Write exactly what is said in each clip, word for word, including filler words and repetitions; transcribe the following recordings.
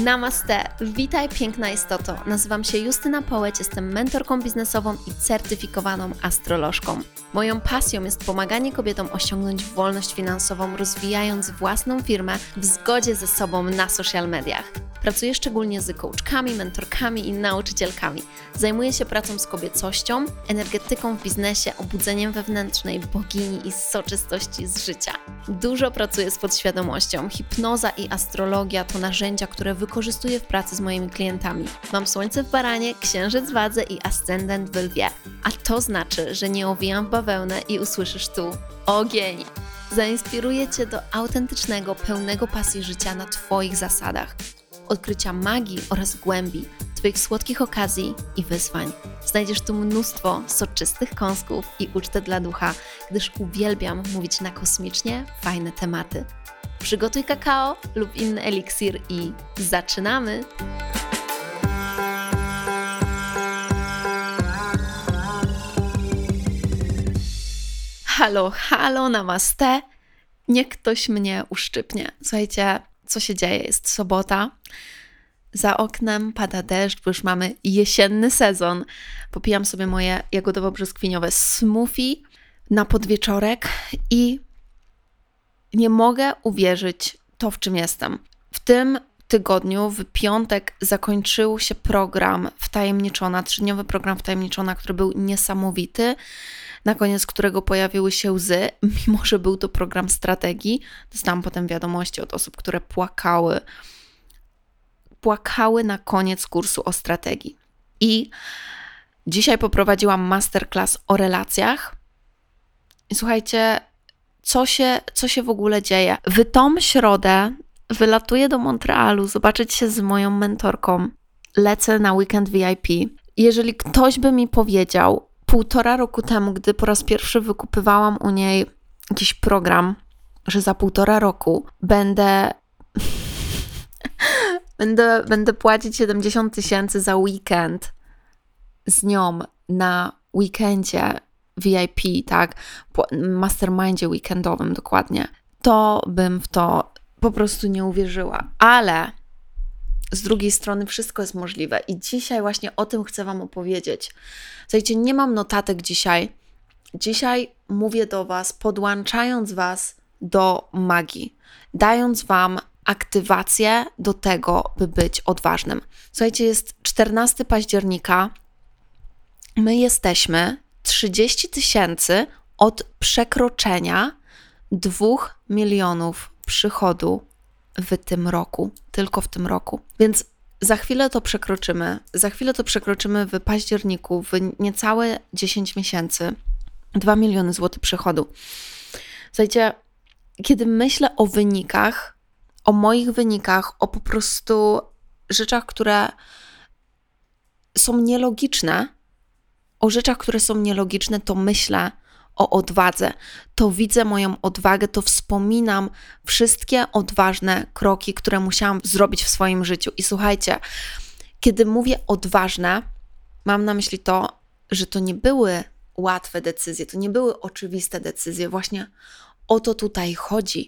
Namaste, witaj piękna istoto. Nazywam się Justyna Połeć, jestem mentorką biznesową i certyfikowaną astrolożką. Moją pasją jest pomaganie kobietom osiągnąć wolność finansową, rozwijając własną firmę w zgodzie ze sobą na social mediach. Pracuję szczególnie z coachkami, mentorkami i nauczycielkami. Zajmuję się pracą z kobiecością, energetyką w biznesie, obudzeniem wewnętrznej bogini i soczystości z życia. Dużo pracuję z podświadomością. Hipnoza i astrologia to narzędzia, które wykorzystuję w pracy z moimi klientami. Mam słońce w baranie, księżyc w wadze i ascendent w lwie. A to znaczy, że nie owijam w bawełnę i usłyszysz tu ogień. Zainspiruję Cię do autentycznego, pełnego pasji życia na Twoich zasadach. Odkrycia magii oraz głębi, Twoich słodkich okazji i wyzwań. Znajdziesz tu mnóstwo soczystych kąsków i ucztę dla ducha, gdyż uwielbiam mówić na kosmicznie fajne tematy. Przygotuj kakao lub inny eliksir i zaczynamy! Halo, halo, namaste! Niech ktoś mnie uszczypnie. Słuchajcie, co się dzieje? Jest sobota, za oknem pada deszcz, bo już mamy jesienny sezon. Popijam sobie moje jagodowo-brzoskwiniowe smoothie na podwieczorek i nie mogę uwierzyć to, w czym jestem. W tym tygodniu, w piątek, zakończył się program Wtajemniczona, trzydniowy program Wtajemniczona, który był niesamowity, na koniec którego pojawiły się łzy, mimo że był to program strategii. Dostałam potem wiadomości od osób, które płakały. Płakały na koniec kursu o strategii. I dzisiaj poprowadziłam masterclass o relacjach. I słuchajcie, co się, co się w ogóle dzieje? W tą środę wylatuję do Montrealu zobaczyć się z moją mentorką. Lecę na weekend V I P. Jeżeli ktoś by mi powiedział półtora roku temu, gdy po raz pierwszy wykupywałam u niej jakiś program, że za półtora roku będę będę, będę płacić siedemdziesiąt tysięcy za weekend z nią na weekendzie V I P, tak, po mastermindzie weekendowym dokładnie, to bym w to po prostu nie uwierzyła. Ale z drugiej strony wszystko jest możliwe i dzisiaj właśnie o tym chcę Wam opowiedzieć. Słuchajcie, nie mam notatek dzisiaj. Dzisiaj mówię do Was, podłączając Was do magii, dając Wam aktywację do tego, by być odważnym. Słuchajcie, jest czternastego października. My jesteśmy trzydzieści tysięcy od przekroczenia dwóch milionów przychodu w tym roku, tylko w tym roku. Więc za chwilę to przekroczymy, za chwilę to przekroczymy w październiku, w niecałe dziesięć miesięcy, dwa miliony złotych przychodu. Słuchajcie, kiedy myślę o wynikach, o moich wynikach, o po prostu rzeczach, które są nielogiczne, o rzeczach, które są nielogiczne, to myślę o odwadze. To widzę moją odwagę, to wspominam wszystkie odważne kroki, które musiałam zrobić w swoim życiu. I słuchajcie, kiedy mówię odważne, mam na myśli to, że to nie były łatwe decyzje, to nie były oczywiste decyzje. Właśnie o to tutaj chodzi.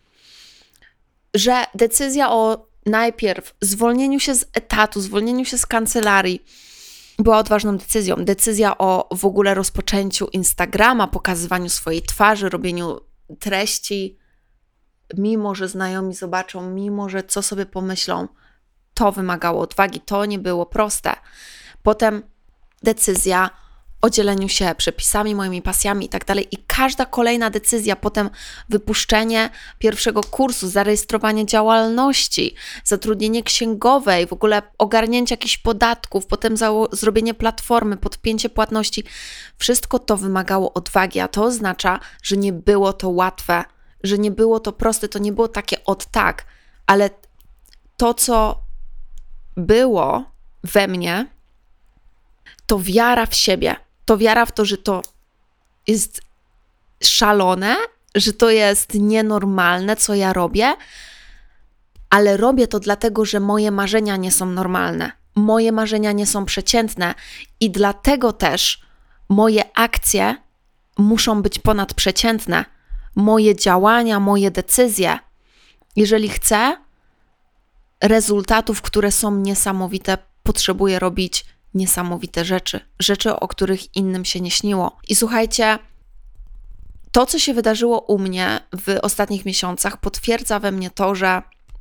Że decyzja o najpierw zwolnieniu się z etatu, zwolnieniu się z kancelarii była odważną decyzją. Decyzja o w ogóle rozpoczęciu Instagrama, pokazywaniu swojej twarzy, robieniu treści, mimo że znajomi zobaczą, mimo że co sobie pomyślą, to wymagało odwagi, to nie było proste. Potem decyzja o dzieleniu się przepisami, moimi pasjami i tak dalej. I każda kolejna decyzja, potem wypuszczenie pierwszego kursu, zarejestrowanie działalności, zatrudnienie księgowej, w ogóle ogarnięcie jakichś podatków, potem zało- zrobienie platformy, podpięcie płatności. Wszystko to wymagało odwagi, a to oznacza, że nie było to łatwe, że nie było to proste, to nie było takie od tak, ale to, co było we mnie, to wiara w siebie. To wiara w to, że to jest szalone, że to jest nienormalne, co ja robię, ale robię to dlatego, że moje marzenia nie są normalne. Moje marzenia nie są przeciętne i dlatego też moje akcje muszą być ponadprzeciętne. Moje działania, moje decyzje. Jeżeli chcę rezultatów, które są niesamowite, potrzebuje robić niesamowite rzeczy. Rzeczy, o których innym się nie śniło. I słuchajcie, to, co się wydarzyło u mnie w ostatnich miesiącach, potwierdza we mnie to, że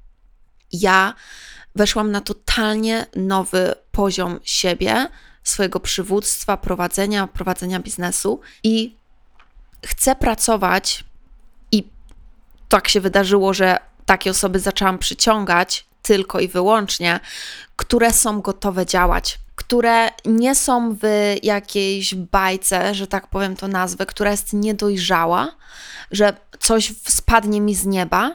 ja weszłam na totalnie nowy poziom siebie, swojego przywództwa, prowadzenia, prowadzenia biznesu i chcę pracować i tak się wydarzyło, że takie osoby zaczęłam przyciągać tylko i wyłącznie, które są gotowe działać, które nie są w jakiejś bajce, że tak powiem to nazwę, która jest niedojrzała, że coś spadnie mi z nieba,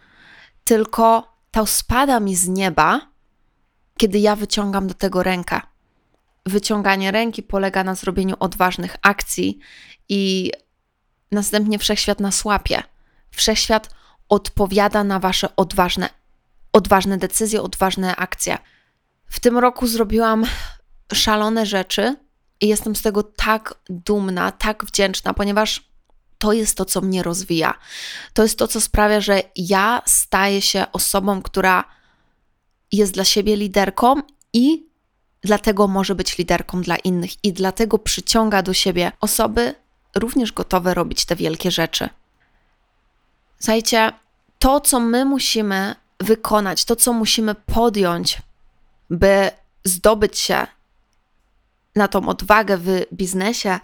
tylko to spada mi z nieba, kiedy ja wyciągam do tego rękę. Wyciąganie ręki polega na zrobieniu odważnych akcji i następnie wszechświat nas łapie. Wszechświat odpowiada na wasze odważne, odważne decyzje, odważne akcje. W tym roku zrobiłam szalone rzeczy i jestem z tego tak dumna, tak wdzięczna, ponieważ to jest to, co mnie rozwija. To jest to, co sprawia, że ja staję się osobą, która jest dla siebie liderką i dlatego może być liderką dla innych i dlatego przyciąga do siebie osoby również gotowe robić te wielkie rzeczy. Słuchajcie, to, co my musimy wykonać, to, co musimy podjąć, by zdobyć się na tą odwagę w biznesie,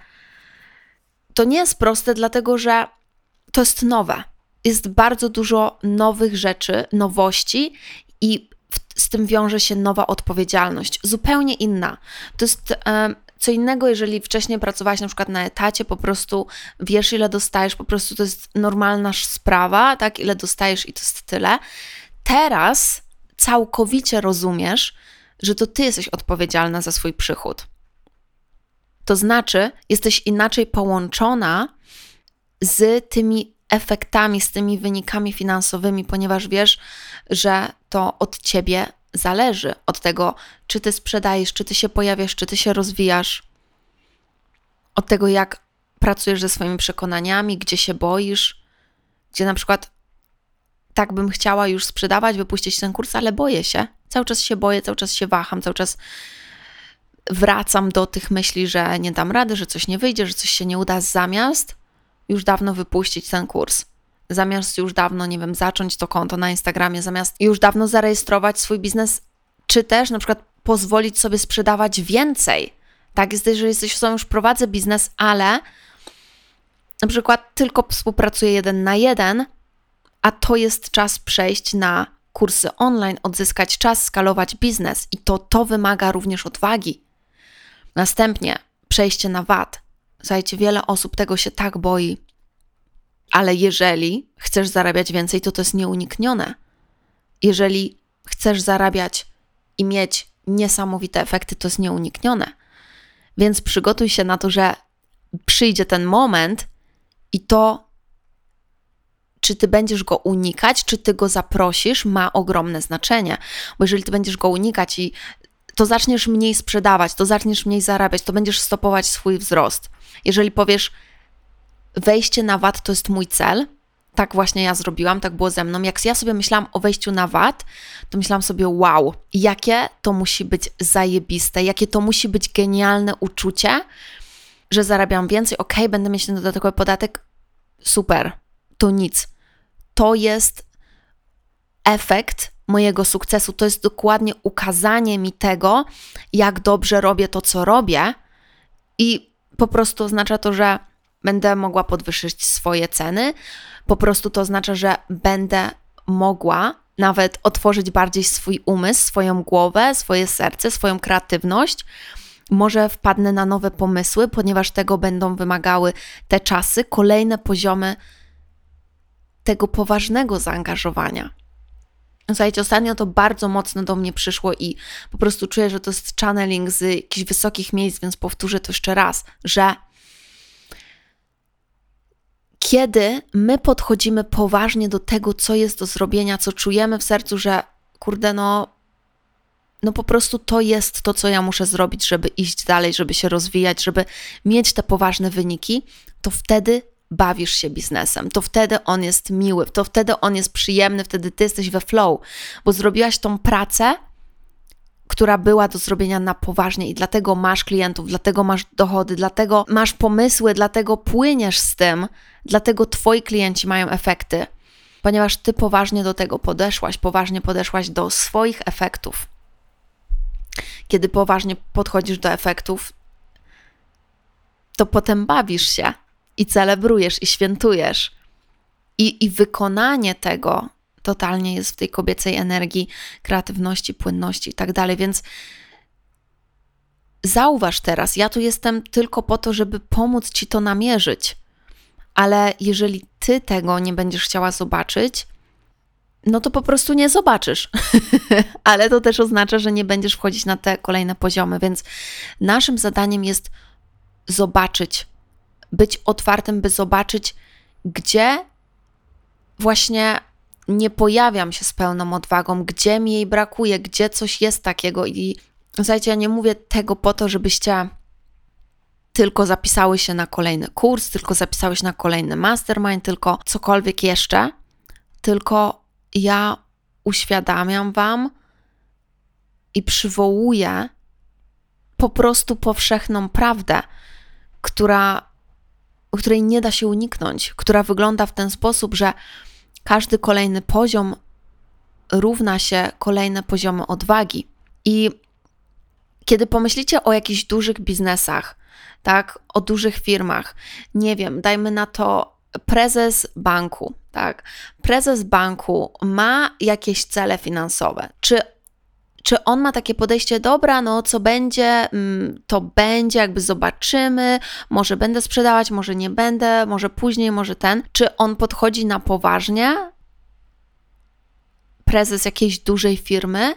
to nie jest proste, dlatego że to jest nowe. Jest bardzo dużo nowych rzeczy, nowości i z tym wiąże się nowa odpowiedzialność, zupełnie inna. To jest e, co innego, jeżeli wcześniej pracowałaś na przykład na etacie, po prostu wiesz, ile dostajesz, po prostu to jest normalna sprawa, tak, ile dostajesz i to jest tyle. Teraz całkowicie rozumiesz, że to ty jesteś odpowiedzialna za swój przychód. To znaczy, jesteś inaczej połączona z tymi efektami, z tymi wynikami finansowymi, ponieważ wiesz, że to od ciebie zależy, od tego, czy ty sprzedajesz, czy ty się pojawiasz, czy ty się rozwijasz, od tego, jak pracujesz ze swoimi przekonaniami, gdzie się boisz, gdzie na przykład tak bym chciała już sprzedawać, wypuścić ten kurs, ale boję się, cały czas się boję, cały czas się waham, cały czas wracam do tych myśli, że nie dam rady, że coś nie wyjdzie, że coś się nie uda, zamiast już dawno wypuścić ten kurs. Zamiast już dawno, nie wiem, zacząć to konto na Instagramie, zamiast już dawno zarejestrować swój biznes, czy też na przykład pozwolić sobie sprzedawać więcej. Tak jest, że jesteś osobą, już prowadzę biznes, ale na przykład tylko współpracuję jeden na jeden, a to jest czas przejść na kursy online, odzyskać czas, skalować biznes i to, to wymaga również odwagi. Następnie przejście na V A T. Słuchajcie, wiele osób tego się tak boi, ale jeżeli chcesz zarabiać więcej, to to jest nieuniknione. Jeżeli chcesz zarabiać i mieć niesamowite efekty, to jest nieuniknione. Więc przygotuj się na to, że przyjdzie ten moment i to, czy ty będziesz go unikać, czy ty go zaprosisz, ma ogromne znaczenie. Bo jeżeli ty będziesz go unikać i to zaczniesz mniej sprzedawać, to zaczniesz mniej zarabiać, to będziesz stopować swój wzrost. Jeżeli powiesz, wejście na V A T to jest mój cel, tak właśnie ja zrobiłam, tak było ze mną. Jak ja sobie myślałam o wejściu na V A T, to myślałam sobie, wow, jakie to musi być zajebiste, jakie to musi być genialne uczucie, że zarabiam więcej, okej, będę mieć ten dodatkowy podatek, super, to nic. To jest efekt mojego sukcesu, to jest dokładnie ukazanie mi tego, jak dobrze robię to, co robię i po prostu oznacza to, że będę mogła podwyższyć swoje ceny, po prostu to oznacza, że będę mogła nawet otworzyć bardziej swój umysł, swoją głowę, swoje serce, swoją kreatywność. Może wpadnę na nowe pomysły, ponieważ tego będą wymagały te czasy, kolejne poziomy tego poważnego zaangażowania. Słuchajcie, ostatnio to bardzo mocno do mnie przyszło i po prostu czuję, że to jest channeling z jakichś wysokich miejsc, więc powtórzę to jeszcze raz, że kiedy my podchodzimy poważnie do tego, co jest do zrobienia, co czujemy w sercu, że kurde, no, no po prostu to jest to, co ja muszę zrobić, żeby iść dalej, żeby się rozwijać, żeby mieć te poważne wyniki, to wtedy bawisz się biznesem, to wtedy on jest miły, to wtedy on jest przyjemny, wtedy ty jesteś we flow, bo zrobiłaś tą pracę, która była do zrobienia na poważnie i dlatego masz klientów, dlatego masz dochody, dlatego masz pomysły, dlatego płyniesz z tym, dlatego twoi klienci mają efekty, ponieważ ty poważnie do tego podeszłaś, poważnie podeszłaś do swoich efektów. Kiedy poważnie podchodzisz do efektów, to potem bawisz się i celebrujesz i świętujesz. I, i wykonanie tego totalnie jest w tej kobiecej energii, kreatywności, płynności i tak dalej, więc zauważ teraz, ja tu jestem tylko po to, żeby pomóc ci to namierzyć, ale jeżeli ty tego nie będziesz chciała zobaczyć, no to po prostu nie zobaczysz, ale to też oznacza, że nie będziesz wchodzić na te kolejne poziomy, więc naszym zadaniem jest zobaczyć, być otwartym, by zobaczyć, gdzie właśnie nie pojawiam się z pełną odwagą, gdzie mi jej brakuje, gdzie coś jest takiego. I słuchajcie, ja nie mówię tego po to, żebyście tylko zapisały się na kolejny kurs, tylko zapisały się na kolejny mastermind, tylko cokolwiek jeszcze, tylko ja uświadamiam wam i przywołuję po prostu powszechną prawdę, która, której nie da się uniknąć, która wygląda w ten sposób, że każdy kolejny poziom równa się kolejne poziomy odwagi. I kiedy pomyślicie o jakichś dużych biznesach, tak, o dużych firmach, nie wiem, dajmy na to prezes banku, tak, prezes banku ma jakieś cele finansowe, czy Czy on ma takie podejście, dobra, no co będzie, to będzie, jakby zobaczymy, może będę sprzedawać, może nie będę, może później, może ten. Czy on podchodzi na poważnie, prezes jakiejś dużej firmy,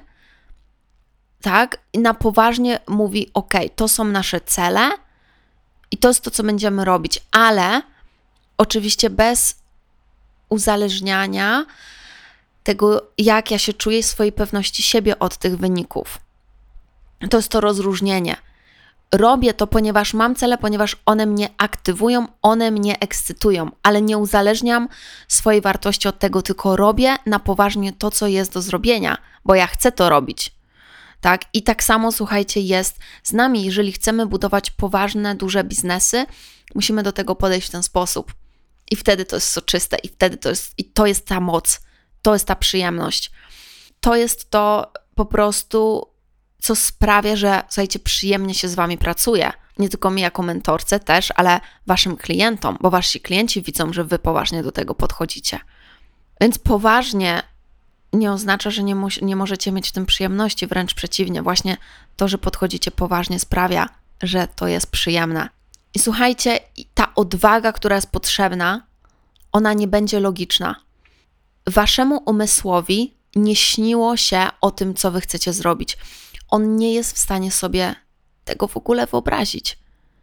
tak, i na poważnie mówi, ok, to są nasze cele i to jest to, co będziemy robić, ale oczywiście bez uzależniania tego, jak ja się czuję, swojej pewności siebie od tych wyników. To jest to rozróżnienie. Robię to, ponieważ mam cele, ponieważ one mnie aktywują, one mnie ekscytują, ale nie uzależniam swojej wartości od tego, tylko robię na poważnie to, co jest do zrobienia, bo ja chcę to robić. Tak? I tak samo, słuchajcie, jest z nami. Jeżeli chcemy budować poważne, duże biznesy, musimy do tego podejść w ten sposób. I wtedy to jest soczyste, i wtedy to jest, i to jest ta moc. To jest ta przyjemność. To jest to po prostu, co sprawia, że, słuchajcie, przyjemnie się z wami pracuje. Nie tylko mi jako mentorce też, ale waszym klientom, bo wasi klienci widzą, że wy poważnie do tego podchodzicie. Więc poważnie nie oznacza, że nie, mu- nie możecie mieć w tym przyjemności, wręcz przeciwnie. Właśnie to, że podchodzicie poważnie, sprawia, że to jest przyjemne. I słuchajcie, ta odwaga, która jest potrzebna, ona nie będzie logiczna. Waszemu umysłowi nie śniło się o tym, co wy chcecie zrobić. On nie jest w stanie sobie tego w ogóle wyobrazić.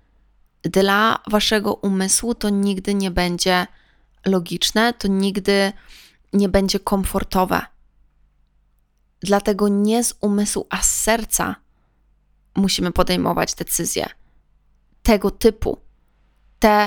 Dla waszego umysłu to nigdy nie będzie logiczne, to nigdy nie będzie komfortowe. Dlatego nie z umysłu, a z serca musimy podejmować decyzje tego typu. Te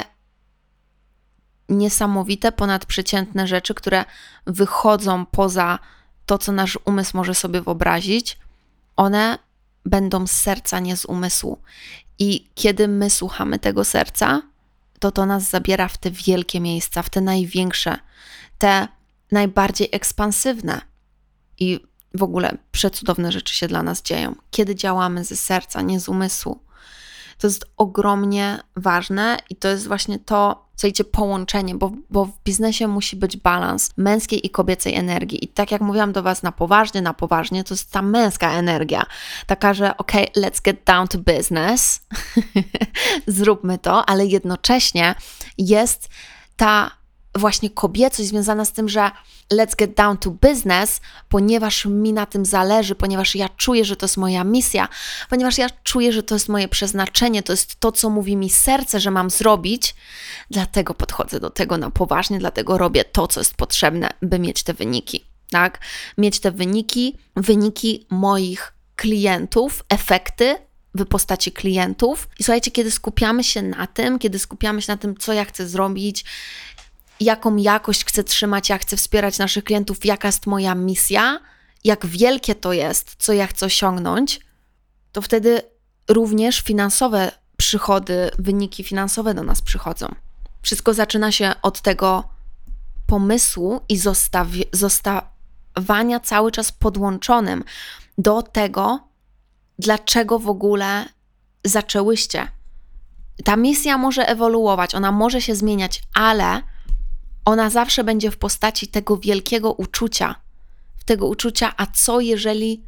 niesamowite, ponadprzeciętne rzeczy, które wychodzą poza to, co nasz umysł może sobie wyobrazić, one będą z serca, nie z umysłu. I kiedy my słuchamy tego serca, to to nas zabiera w te wielkie miejsca, w te największe, te najbardziej ekspansywne. I w ogóle przecudowne rzeczy się dla nas dzieją, kiedy działamy ze serca, nie z umysłu. To jest ogromnie ważne i to jest właśnie to, słuchajcie, połączenie, bo, bo w biznesie musi być balans męskiej i kobiecej energii. I tak jak mówiłam do was na poważnie, na poważnie, to jest ta męska energia. Taka, że okej, okay, let's get down to business. Zróbmy to, ale jednocześnie jest ta właśnie kobiecość związana z tym, że let's get down to business, ponieważ mi na tym zależy, ponieważ ja czuję, że to jest moja misja, ponieważ ja czuję, że to jest moje przeznaczenie, to jest to, co mówi mi serce, że mam zrobić, dlatego podchodzę do tego na poważnie, dlatego robię to, co jest potrzebne, by mieć te wyniki, tak? Mieć te wyniki, wyniki moich klientów, efekty w postaci klientów. I słuchajcie, kiedy skupiamy się na tym, kiedy skupiamy się na tym, co ja chcę zrobić, jaką jakość chcę trzymać, jak chcę wspierać naszych klientów, jaka jest moja misja, jak wielkie to jest, co ja chcę osiągnąć, to wtedy również finansowe przychody, wyniki finansowe do nas przychodzą. Wszystko zaczyna się od tego pomysłu i zostawi- zostawania cały czas podłączonym do tego, dlaczego w ogóle zaczęłyście. Ta misja może ewoluować, ona może się zmieniać, ale ona zawsze będzie w postaci tego wielkiego uczucia, tego uczucia, a co jeżeli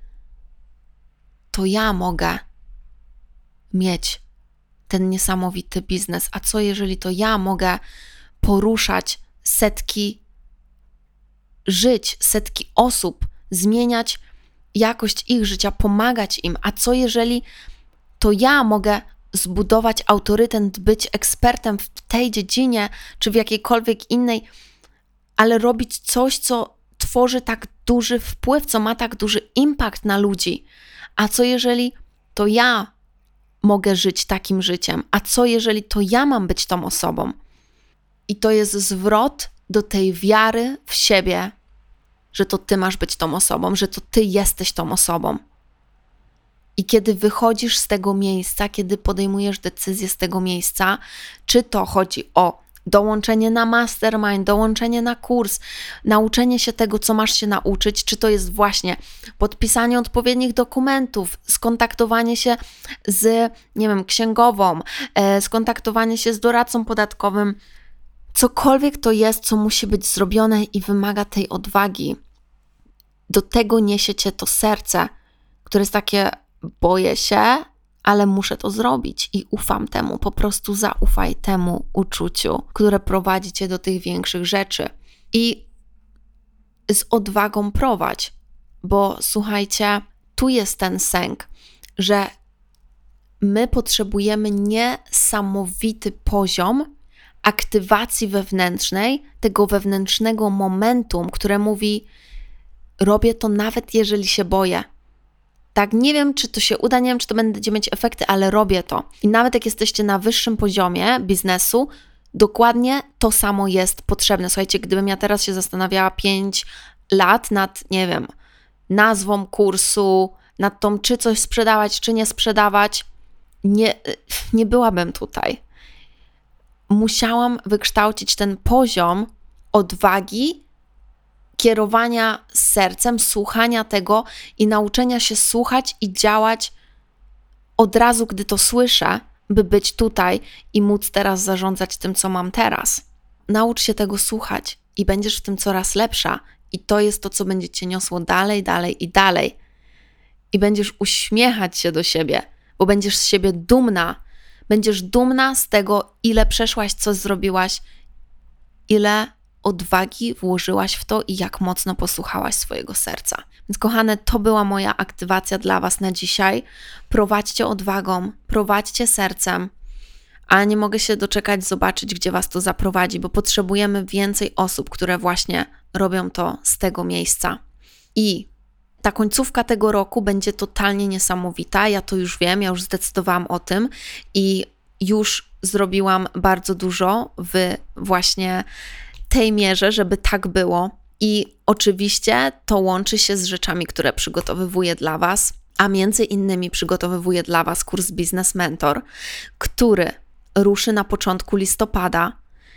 to ja mogę mieć ten niesamowity biznes, a co jeżeli to ja mogę poruszać setki żyć, setki osób, zmieniać jakość ich życia, pomagać im, a co jeżeli to ja mogę zbudować autorytet, być ekspertem w tej dziedzinie, czy w jakiejkolwiek innej, ale robić coś, co tworzy tak duży wpływ, co ma tak duży impact na ludzi. A co jeżeli to ja mogę żyć takim życiem? A co jeżeli to ja mam być tą osobą? I to jest zwrot do tej wiary w siebie, że to ty masz być tą osobą, że to ty jesteś tą osobą. I kiedy wychodzisz z tego miejsca, kiedy podejmujesz decyzję z tego miejsca, czy to chodzi o dołączenie na mastermind, dołączenie na kurs, nauczenie się tego, co masz się nauczyć, czy to jest właśnie podpisanie odpowiednich dokumentów, skontaktowanie się z, nie wiem, księgową, e, skontaktowanie się z doradcą podatkowym, cokolwiek to jest, co musi być zrobione i wymaga tej odwagi. Do tego niesie cię to serce, które jest takie, boję się, ale muszę to zrobić i ufam temu, po prostu zaufaj temu uczuciu, które prowadzi cię do tych większych rzeczy. I z odwagą prowadź, bo słuchajcie, tu jest ten sęk, że my potrzebujemy niesamowity poziom aktywacji wewnętrznej, tego wewnętrznego momentum, które mówi, robię to nawet jeżeli się boję. Tak, nie wiem, czy to się uda, nie wiem, czy to będzie mieć efekty, ale robię to. I nawet jak jesteście na wyższym poziomie biznesu, dokładnie to samo jest potrzebne. Słuchajcie, gdybym ja teraz się zastanawiała pięć lat nad, nie wiem, nazwą kursu, nad tą, czy coś sprzedawać, czy nie sprzedawać, nie, nie byłabym tutaj. Musiałam wykształcić ten poziom odwagi, kierowania sercem, słuchania tego i nauczenia się słuchać i działać od razu, gdy to słyszę, by być tutaj i móc teraz zarządzać tym, co mam teraz. Naucz się tego słuchać i będziesz w tym coraz lepsza i to jest to, co będzie cię niosło dalej, dalej i dalej. I będziesz uśmiechać się do siebie, bo będziesz z siebie dumna. Będziesz dumna z tego, ile przeszłaś, co zrobiłaś, ile odwagi włożyłaś w to i jak mocno posłuchałaś swojego serca. Więc kochane, to była moja aktywacja dla was na dzisiaj. Prowadźcie odwagą, prowadźcie sercem, a nie mogę się doczekać zobaczyć, gdzie was to zaprowadzi, bo potrzebujemy więcej osób, które właśnie robią to z tego miejsca. I ta końcówka tego roku będzie totalnie niesamowita. Ja to już wiem, ja już zdecydowałam o tym i już zrobiłam bardzo dużo w właśnie tej mierze, żeby tak było. I oczywiście to łączy się z rzeczami, które przygotowywuję dla was, a między innymi przygotowywuję dla was kurs Business Mentor, który ruszy na początku listopada.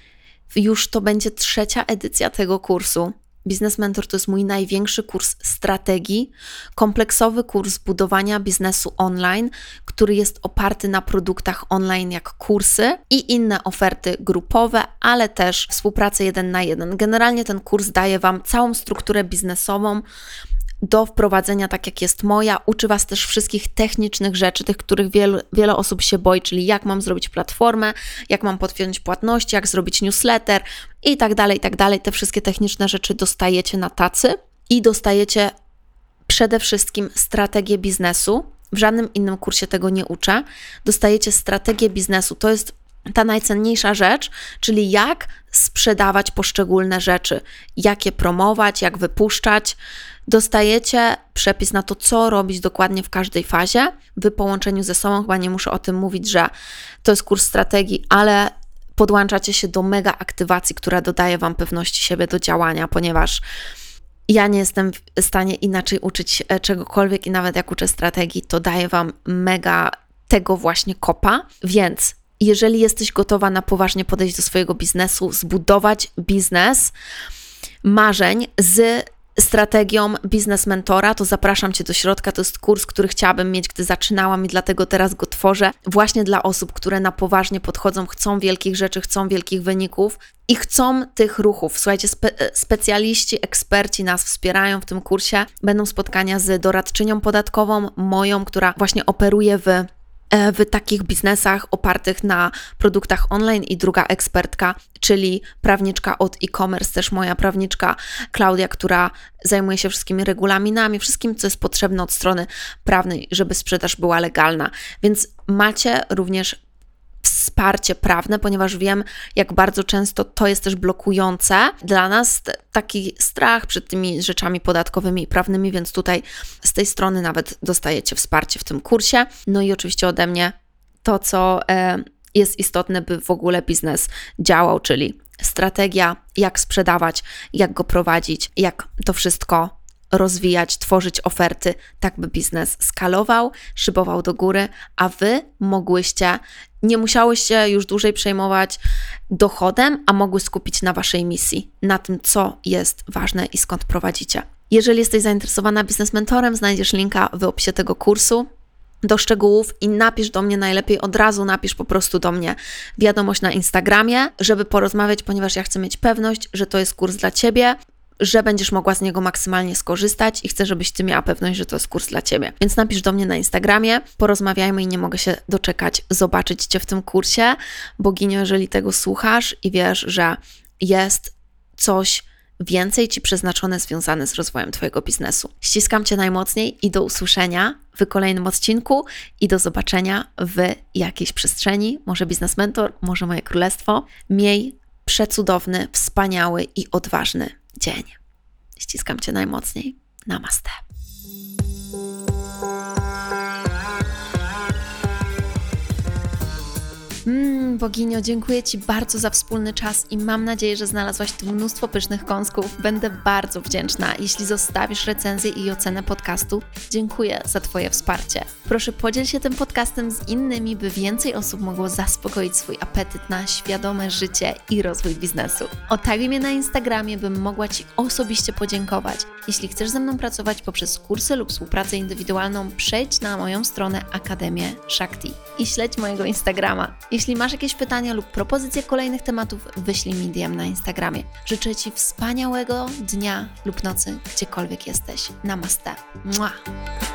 Już to będzie trzecia edycja tego kursu. Business Mentor to jest mój największy kurs strategii, kompleksowy kurs budowania biznesu online, który jest oparty na produktach online jak kursy i inne oferty grupowe, ale też współpracę jeden na jeden. Generalnie ten kurs daje wam całą strukturę biznesową do wprowadzenia, tak jak jest moja. Uczy was też wszystkich technicznych rzeczy, tych, których wiele, wiele osób się boi, czyli jak mam zrobić platformę, jak mam podpiąć płatności, jak zrobić newsletter i tak dalej, i tak dalej. Te wszystkie techniczne rzeczy dostajecie na tacy i dostajecie przede wszystkim strategię biznesu. W żadnym innym kursie tego nie uczę. Dostajecie strategię biznesu. To jest ta najcenniejsza rzecz, czyli jak sprzedawać poszczególne rzeczy, jak je promować, jak wypuszczać, Dostajecie przepis na to, co robić dokładnie w każdej fazie. W połączeniu ze sobą, chyba nie muszę o tym mówić, że to jest kurs strategii, ale podłączacie się do mega aktywacji, która dodaje Wam pewności siebie do działania, ponieważ ja nie jestem w stanie inaczej uczyć czegokolwiek i nawet jak uczę strategii, to daje Wam mega tego właśnie kopa, więc jeżeli jesteś gotowa na poważnie podejść do swojego biznesu, zbudować biznes marzeń z strategią Biznes Mentora, to zapraszam Cię do środka. To jest kurs, który chciałabym mieć, gdy zaczynałam i dlatego teraz go tworzę właśnie dla osób, które na poważnie podchodzą, chcą wielkich rzeczy, chcą wielkich wyników i chcą tych ruchów. Słuchajcie, spe- specjaliści, eksperci nas wspierają w tym kursie. Będą spotkania z doradczynią podatkową, moją, która właśnie operuje w w takich biznesach opartych na produktach online i druga ekspertka, czyli prawniczka od e-commerce, też moja prawniczka Klaudia, która zajmuje się wszystkimi regulaminami, wszystkim, co jest potrzebne od strony prawnej, żeby sprzedaż była legalna. Więc macie również wsparcie prawne, ponieważ wiem, jak bardzo często to jest też blokujące dla nas, taki strach przed tymi rzeczami podatkowymi i prawnymi, więc tutaj z tej strony nawet dostajecie wsparcie w tym kursie. No i oczywiście ode mnie to, co e, jest istotne, by w ogóle biznes działał, czyli strategia, jak sprzedawać, jak go prowadzić, jak to wszystko rozwijać, tworzyć oferty, tak by biznes skalował, szybował do góry, a Wy mogłyście, nie musiałyście już dłużej przejmować dochodem, a mogły skupić na Waszej misji, na tym, co jest ważne i skąd prowadzicie. Jeżeli jesteś zainteresowana Biznes Mentorem, znajdziesz linka w opisie tego kursu do szczegółów i napisz do mnie, najlepiej od razu napisz po prostu do mnie wiadomość na Instagramie, żeby porozmawiać, ponieważ ja chcę mieć pewność, że to jest kurs dla Ciebie, że będziesz mogła z niego maksymalnie skorzystać i chcę, żebyś Ty miała pewność, że to jest kurs dla Ciebie. Więc napisz do mnie na Instagramie, porozmawiajmy i nie mogę się doczekać zobaczyć Cię w tym kursie. Boginio, jeżeli tego słuchasz i wiesz, że jest coś więcej Ci przeznaczone związane z rozwojem Twojego biznesu. Ściskam Cię najmocniej i do usłyszenia w kolejnym odcinku i do zobaczenia w jakiejś przestrzeni, może Biznes Mentor, może moje królestwo. Miej przecudowny, wspaniały i odważny dzień. Ściskam Cię najmocniej. Namaste. Mm, boginio, dziękuję Ci bardzo za wspólny czas i mam nadzieję, że znalazłaś tu mnóstwo pysznych kąsków. Będę bardzo wdzięczna, jeśli zostawisz recenzję i ocenę podcastu. Dziękuję za Twoje wsparcie. Proszę, podziel się tym podcastem z innymi, by więcej osób mogło zaspokoić swój apetyt na świadome życie i rozwój biznesu. Otaguj mnie na Instagramie, bym mogła Ci osobiście podziękować. Jeśli chcesz ze mną pracować poprzez kursy lub współpracę indywidualną, przejdź na moją stronę Akademię Shakti i śledź mojego Instagrama. Jeśli masz jakieś pytania lub propozycje kolejnych tematów, wyślij mi D M na Instagramie. Życzę Ci wspaniałego dnia lub nocy, gdziekolwiek jesteś. Namaste. Mua.